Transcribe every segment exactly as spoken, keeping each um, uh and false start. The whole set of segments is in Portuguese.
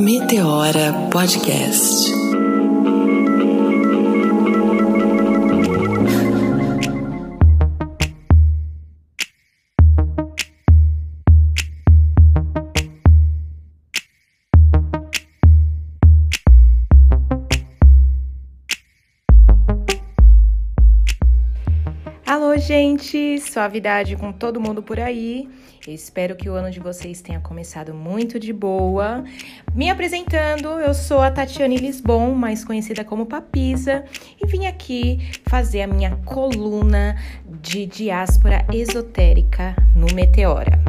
Meteora Podcast. Alô, gente! Suavidade com todo mundo por aí. Eu espero que o ano de vocês tenha começado muito de boa. Me apresentando, eu sou a Tatiane Lisbon, mais conhecida como Papisa, e vim aqui fazer a minha coluna de diáspora esotérica no Meteora.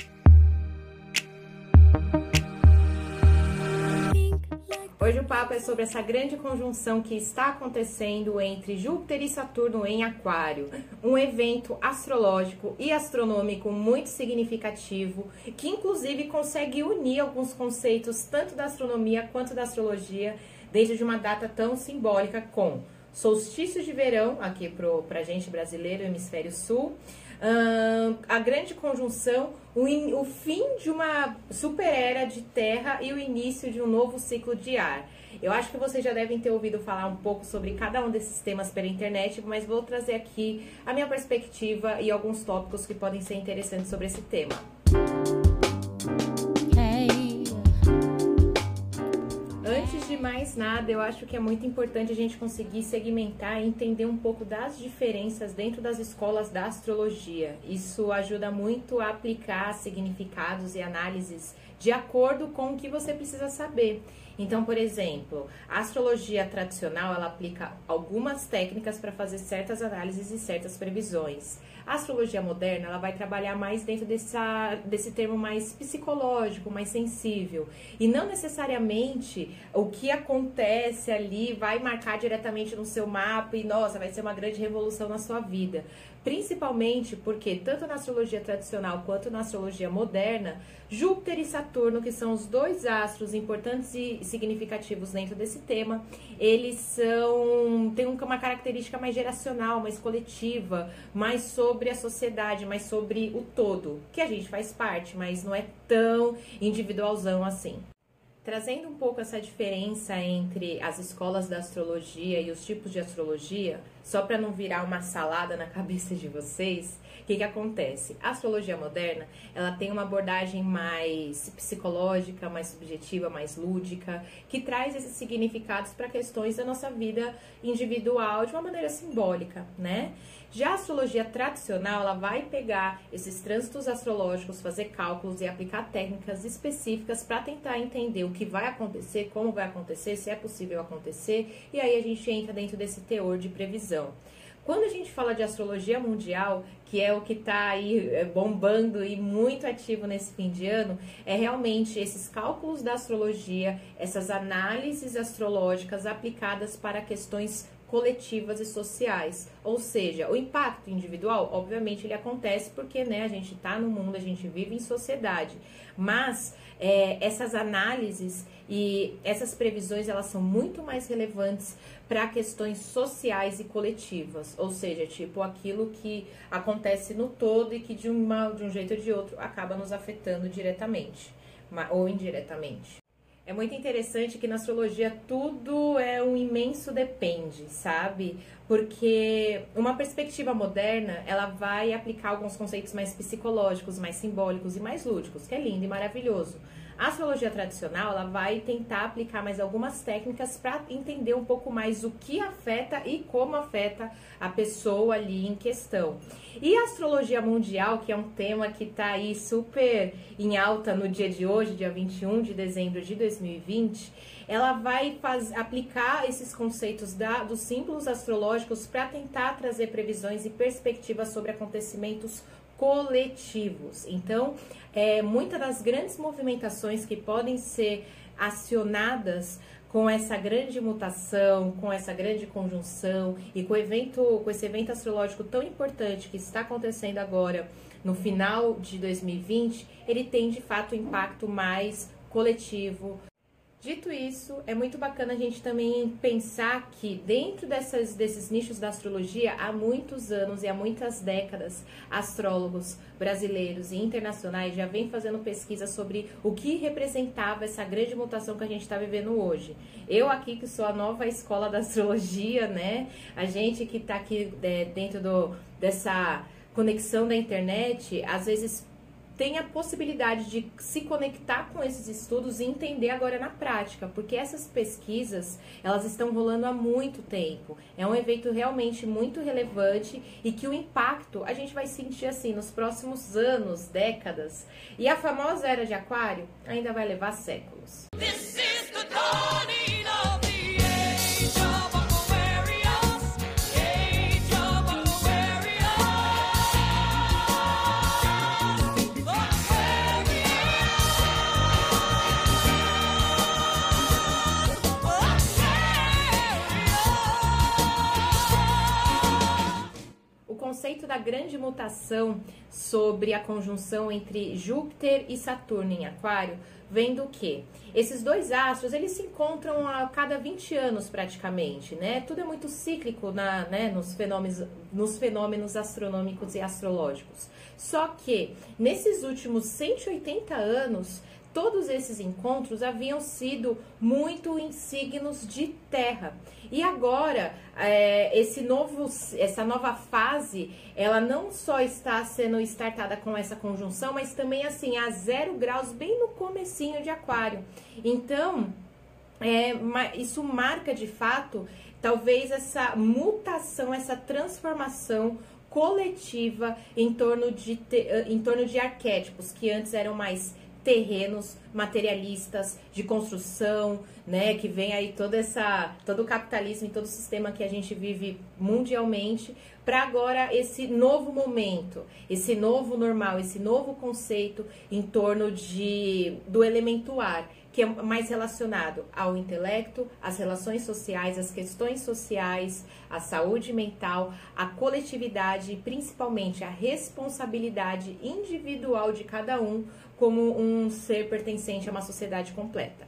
Hoje o papo é sobre essa grande conjunção que está acontecendo entre Júpiter e Saturno em Aquário. Um evento astrológico e astronômico muito significativo, que inclusive consegue unir alguns conceitos tanto da astronomia quanto da astrologia dentro de uma data tão simbólica com solstício de verão, aqui para a gente brasileiro, hemisfério sul, Uh, a grande conjunção, o, in, o fim de uma super era de terra e o início de um novo ciclo de ar. Eu acho que vocês já devem ter ouvido falar um pouco sobre cada um desses temas pela internet, mas vou trazer aqui a minha perspectiva e alguns tópicos que podem ser interessantes sobre esse tema. Antes de mais nada, eu acho que é muito importante a gente conseguir segmentar e entender um pouco das diferenças dentro das escolas da astrologia. Isso ajuda muito a aplicar significados e análises de acordo com o que você precisa saber. Então, por exemplo, a astrologia tradicional, ela aplica algumas técnicas para fazer certas análises e certas previsões. A astrologia moderna, ela vai trabalhar mais dentro dessa, desse termo mais psicológico, mais sensível. E não necessariamente o que acontece ali vai marcar diretamente no seu mapa e, nossa, vai ser uma grande revolução na sua vida. Principalmente porque, tanto na astrologia tradicional quanto na astrologia moderna, Júpiter e Saturno, que são os dois astros importantes e significativos dentro desse tema, eles são, têm uma característica mais geracional, mais coletiva, mais sobre a sociedade, mais sobre o todo, que a gente faz parte, mas não é tão individualzão assim. Trazendo um pouco essa diferença entre as escolas da astrologia e os tipos de astrologia, só para não virar uma salada na cabeça de vocês, o que que acontece? A astrologia moderna, ela tem uma abordagem mais psicológica, mais subjetiva, mais lúdica, que traz esses significados para questões da nossa vida individual de uma maneira simbólica, né? Já a astrologia tradicional, ela vai pegar esses trânsitos astrológicos, fazer cálculos e aplicar técnicas específicas para tentar entender o que vai acontecer, como vai acontecer, se é possível acontecer, e aí a gente entra dentro desse teor de previsão. Quando a gente fala de astrologia mundial, que é o que está aí bombando e muito ativo nesse fim de ano, é realmente esses cálculos da astrologia, essas análises astrológicas aplicadas para questões coletivas e sociais, ou seja, o impacto individual, obviamente, ele acontece porque, né, a gente está no mundo, a gente vive em sociedade, mas é, essas análises e essas previsões, elas são muito mais relevantes para questões sociais e coletivas, ou seja, tipo aquilo que acontece no todo e que de, uma, de um jeito ou de outro acaba nos afetando diretamente ou indiretamente. É muito interessante que na astrologia tudo é um imenso depende, sabe? Porque uma perspectiva moderna, ela vai aplicar alguns conceitos mais psicológicos, mais simbólicos e mais lúdicos, que é lindo e maravilhoso. A astrologia tradicional, ela vai tentar aplicar mais algumas técnicas para entender um pouco mais o que afeta e como afeta a pessoa ali em questão. E a astrologia mundial, que é um tema que está aí super em alta no dia de hoje, dia vinte e um de dezembro de dois mil e vinte, ela vai faz, aplicar esses conceitos da, dos símbolos astrológicos para tentar trazer previsões e perspectivas sobre acontecimentos coletivos. Então, é, muitas das grandes movimentações que podem ser acionadas com essa grande mutação, com essa grande conjunção e com, o evento, com esse evento astrológico tão importante que está acontecendo agora no final de dois mil e vinte, ele tem de fato um impacto mais coletivo, Dito isso, é muito bacana a gente também pensar que dentro dessas, desses nichos da astrologia, há muitos anos e há muitas décadas, astrólogos brasileiros e internacionais já vêm fazendo pesquisa sobre o que representava essa grande mutação que a gente está vivendo hoje. Eu aqui, que sou a nova escola da astrologia, né? A gente que está aqui é, dentro do, dessa conexão da internet, às vezes tem a possibilidade de se conectar com esses estudos e entender agora na prática, porque essas pesquisas, elas estão rolando há muito tempo. É um evento realmente muito relevante e que o impacto a gente vai sentir assim nos próximos anos, décadas. E a famosa Era de Aquário ainda vai levar séculos. This is the dawning of the age of Aquarius, age of Aquarius. O conceito da grande mutação sobre a conjunção entre Júpiter e Saturno em Aquário vem do quê? Esses dois astros, eles se encontram a cada vinte anos praticamente, né? Tudo é muito cíclico na, né, nos, fenômenos, nos fenômenos astronômicos e astrológicos. Só que, nesses últimos cento e oitenta anos, todos esses encontros haviam sido muito em signos de terra. E agora, é, esse novo, essa nova fase, ela não só está sendo startada com essa conjunção, mas também assim, a zero graus, bem no comecinho de Aquário. Então, é, isso marca de fato, talvez essa mutação, essa transformação coletiva em torno de, em torno de arquétipos que antes eram mais terrenos, materialistas, de construção, né, que vem aí toda essa, todo o capitalismo e todo o sistema que a gente vive mundialmente, para agora esse novo momento, esse novo normal, esse novo conceito em torno de, do elemento ar, que é mais relacionado ao intelecto, às relações sociais, às questões sociais, à saúde mental, à coletividade e principalmente à responsabilidade individual de cada um como um ser pertencente a uma sociedade completa.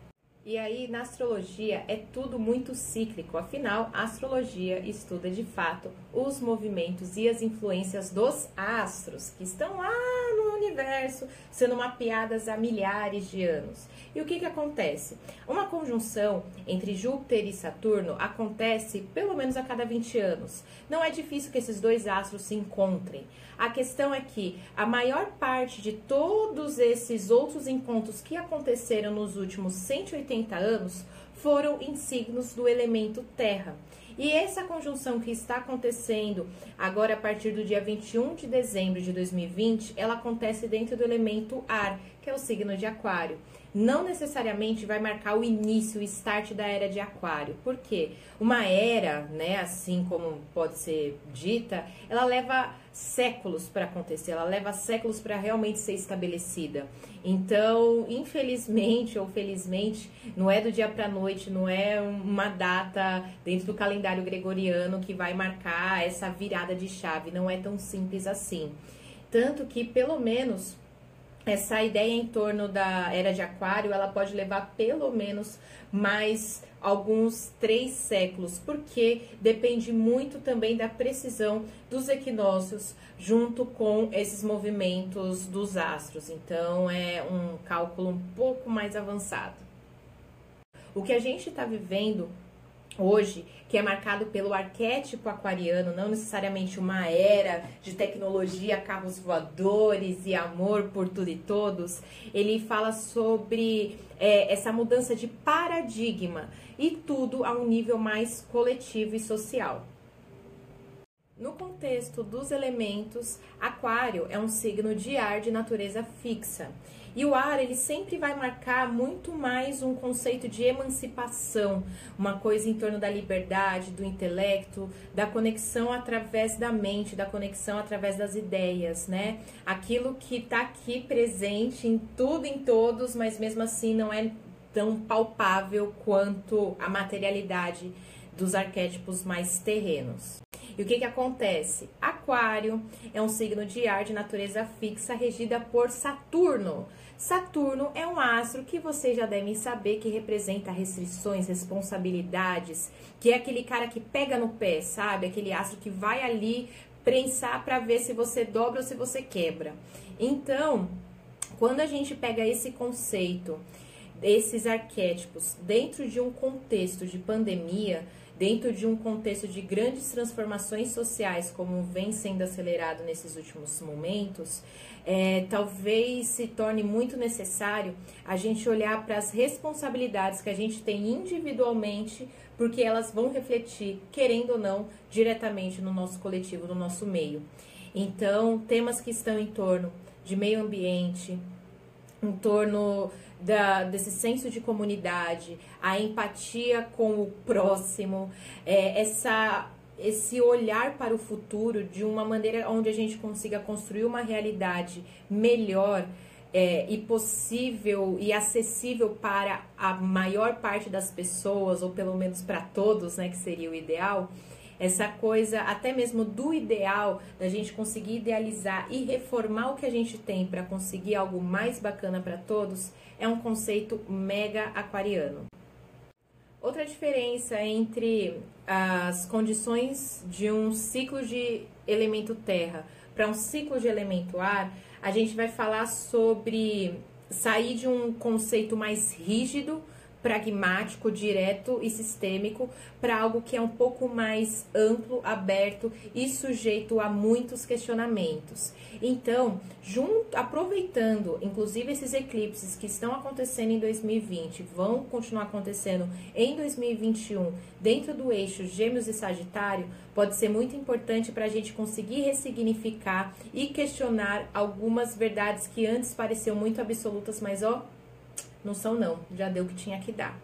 E aí, na astrologia, é tudo muito cíclico, afinal, a astrologia estuda de fato os movimentos e as influências dos astros, que estão lá no universo, sendo mapeadas há milhares de anos. E o que que acontece? Uma conjunção entre Júpiter e Saturno acontece pelo menos a cada vinte anos. Não é difícil que esses dois astros se encontrem. A questão é que a maior parte de todos esses outros encontros que aconteceram nos últimos cento e oitenta anos foram em signos do elemento terra. E essa conjunção que está acontecendo agora a partir do dia vinte e um de dezembro de dois mil e vinte, ela acontece dentro do elemento ar, que é o signo de Aquário. Não necessariamente vai marcar o início, o start da era de Aquário. Por quê? Uma era, né, assim como pode ser dita, ela leva séculos para acontecer, ela leva séculos para realmente ser estabelecida. Então, infelizmente ou felizmente, não é do dia para a noite, não é uma data dentro do calendário gregoriano que vai marcar essa virada de chave, não é tão simples assim. Tanto que, pelo menos, essa ideia em torno da era de Aquário, ela pode levar pelo menos mais alguns três séculos, porque depende muito também da precisão dos equinócios junto com esses movimentos dos astros. Então, é um cálculo um pouco mais avançado. O que a gente está vivendo hoje, que é marcado pelo arquétipo aquariano, não necessariamente uma era de tecnologia, carros voadores e amor por tudo e todos, ele fala sobre é, essa mudança de paradigma e tudo a um nível mais coletivo e social. No contexto dos elementos, Aquário é um signo de ar de natureza fixa. E o ar, ele sempre vai marcar muito mais um conceito de emancipação, uma coisa em torno da liberdade, do intelecto, da conexão através da mente, da conexão através das ideias, né? Aquilo que está aqui presente em tudo, em todos, mas mesmo assim não é tão palpável quanto a materialidade dos arquétipos mais terrenos. E o que que acontece? Aquário é um signo de ar de natureza fixa regida por Saturno. Saturno é um astro que vocês já devem saber que representa restrições, responsabilidades, que é aquele cara que pega no pé, sabe? Aquele astro que vai ali prensar para ver se você dobra ou se você quebra. Então, quando a gente pega esse conceito, esses arquétipos, dentro de um contexto de pandemia, dentro de um contexto de grandes transformações sociais, como vem sendo acelerado nesses últimos momentos, é, talvez se torne muito necessário a gente olhar para as responsabilidades que a gente tem individualmente, porque elas vão refletir, querendo ou não, diretamente no nosso coletivo, no nosso meio. Então, temas que estão em torno de meio ambiente, em torno Da, desse senso de comunidade, a empatia com o próximo, é, essa, esse olhar para o futuro de uma maneira onde a gente consiga construir uma realidade melhor é, e possível e acessível para a maior parte das pessoas, ou pelo menos para todos, né, que seria o ideal. Essa coisa, até mesmo do ideal, da gente conseguir idealizar e reformar o que a gente tem para conseguir algo mais bacana para todos, é um conceito mega aquariano. Outra diferença entre as condições de um ciclo de elemento terra para um ciclo de elemento ar, a gente vai falar sobre sair de um conceito mais rígido, pragmático, direto e sistêmico para algo que é um pouco mais amplo, aberto e sujeito a muitos questionamentos. Então, junto, aproveitando, inclusive esses eclipses que estão acontecendo em dois mil e vinte, vão continuar acontecendo em dois mil e vinte e um, dentro do eixo Gêmeos e Sagitário, pode ser muito importante para a gente conseguir ressignificar e questionar algumas verdades que antes pareciam muito absolutas, mas ó, não são não, já deu o que tinha que dar.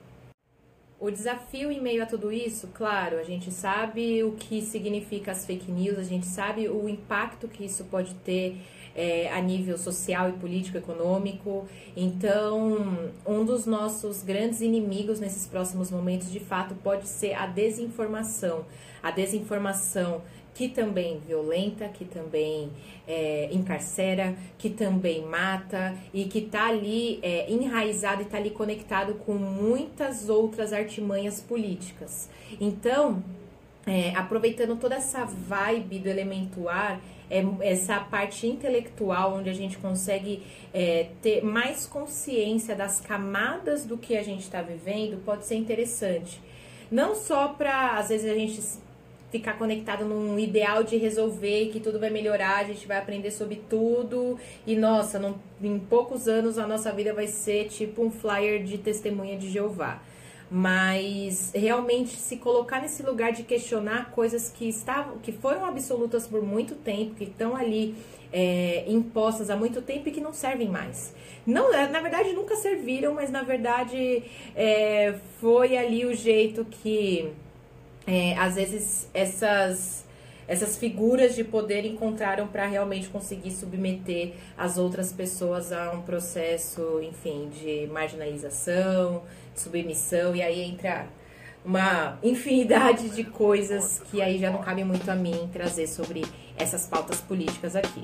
O desafio em meio a tudo isso, claro, a gente sabe o que significa as fake news, a gente sabe o impacto que isso pode ter é, a nível social e político, econômico. Então, um dos nossos grandes inimigos nesses próximos momentos, de fato, pode ser a desinformação. A desinformação que também violenta, que também é, encarcera, que também mata e que está ali é, enraizado e está ali conectado com muitas outras artimanhas políticas. Então, é, aproveitando toda essa vibe do elemento ar, é, essa parte intelectual onde a gente consegue é, ter mais consciência das camadas do que a gente está vivendo, pode ser interessante. Não só para, às vezes, a gente ficar conectado num ideal de resolver, que tudo vai melhorar, a gente vai aprender sobre tudo e, nossa, não, em poucos anos a nossa vida vai ser tipo um flyer de testemunha de Jeová. Mas realmente se colocar nesse lugar de questionar coisas que, estavam, que foram absolutas por muito tempo, que estão ali é, impostas há muito tempo e que não servem mais. Não, na verdade nunca serviram, mas na verdade é, foi ali o jeito que É, às vezes essas, essas figuras de poder encontraram para realmente conseguir submeter as outras pessoas a um processo, enfim, de marginalização, de submissão, e aí entra uma infinidade de coisas que aí já não cabe muito a mim trazer sobre essas pautas políticas aqui.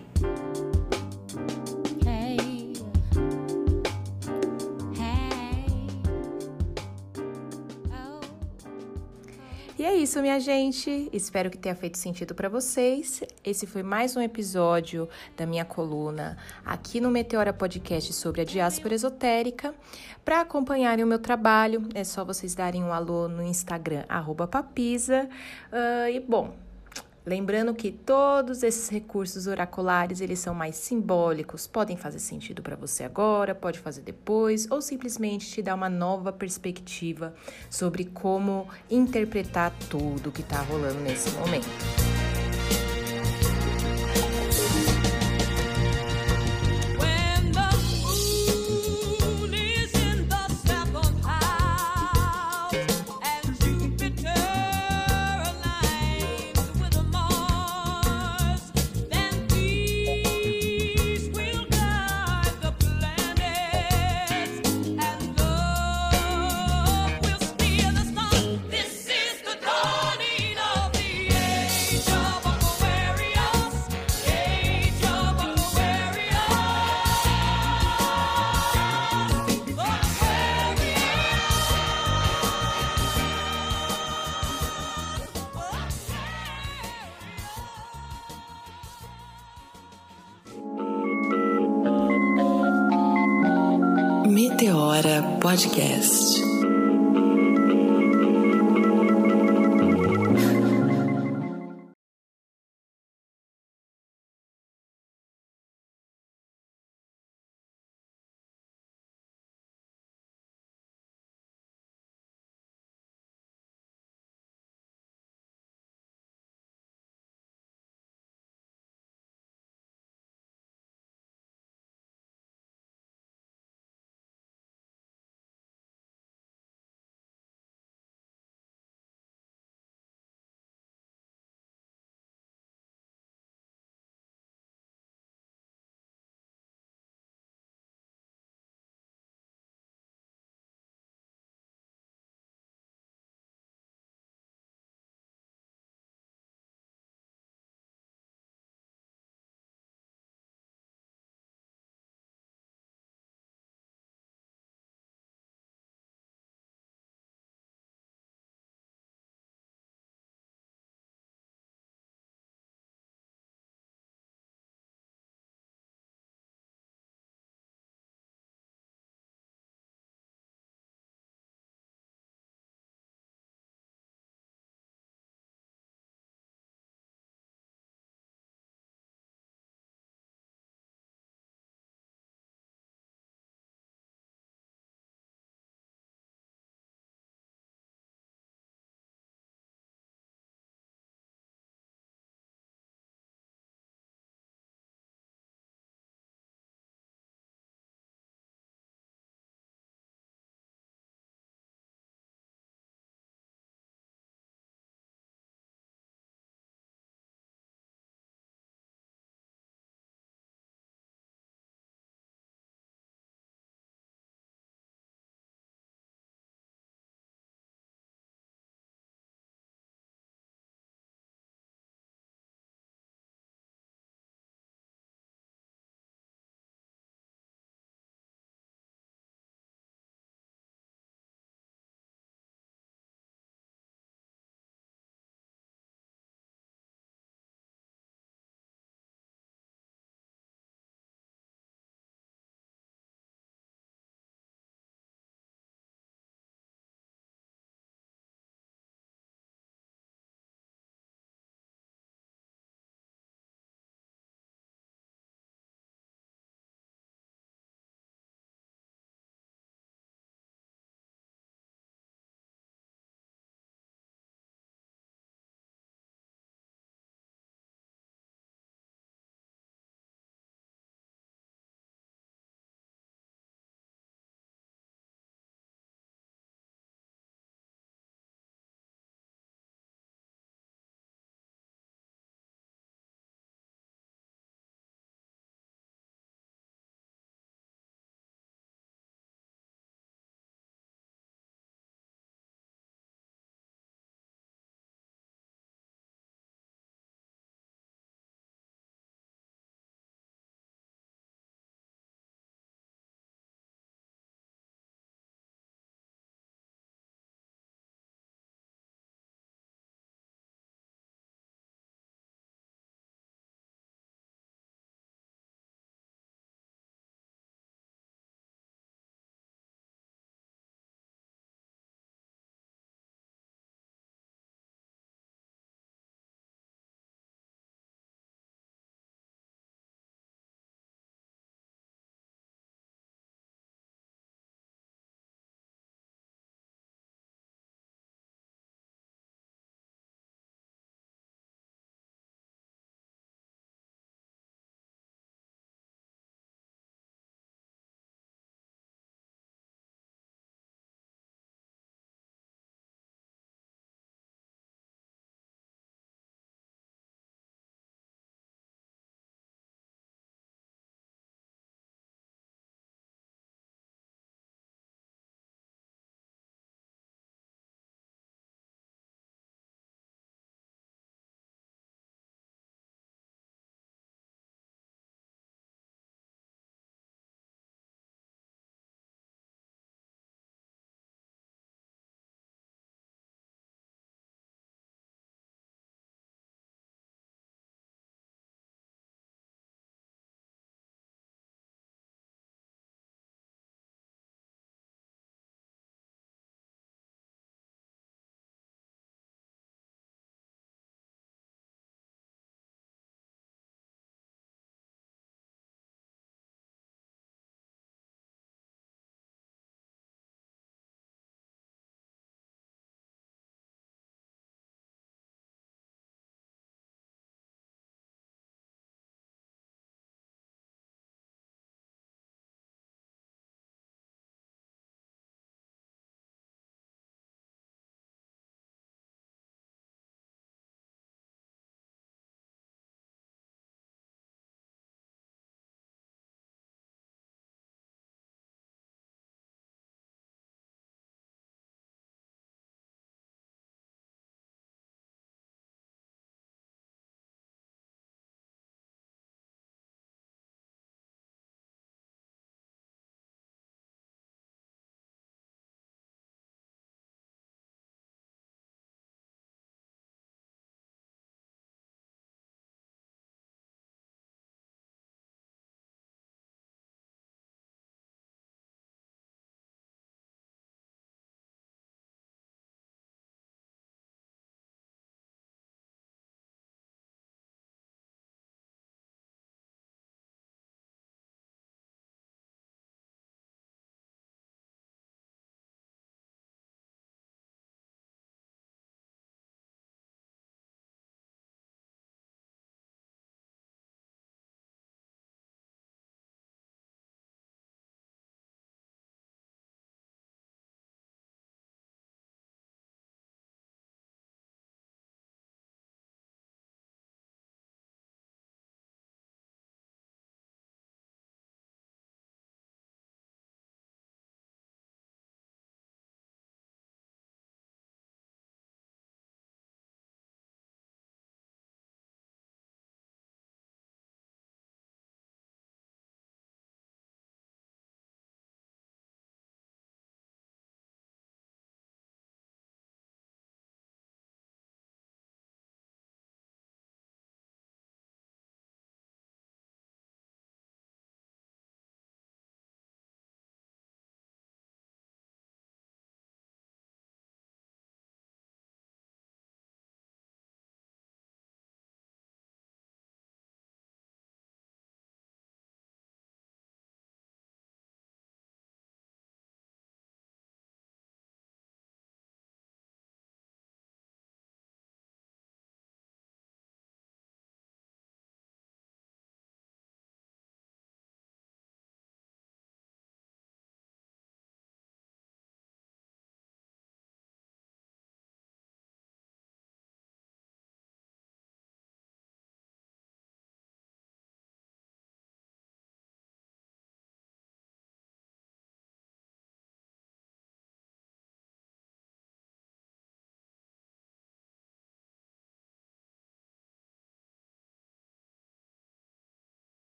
E é isso, minha gente. Espero que tenha feito sentido para vocês. Esse foi mais um episódio da minha coluna aqui no Meteora Podcast sobre a diáspora esotérica. Para acompanharem o meu trabalho, é só vocês darem um alô no Instagram, arroba papisa. Uh, e, bom, lembrando que todos esses recursos oraculares, eles são mais simbólicos, podem fazer sentido para você agora, pode fazer depois, ou simplesmente te dar uma nova perspectiva sobre como interpretar tudo que está rolando nesse momento. This is the dawn. Meteora Podcast.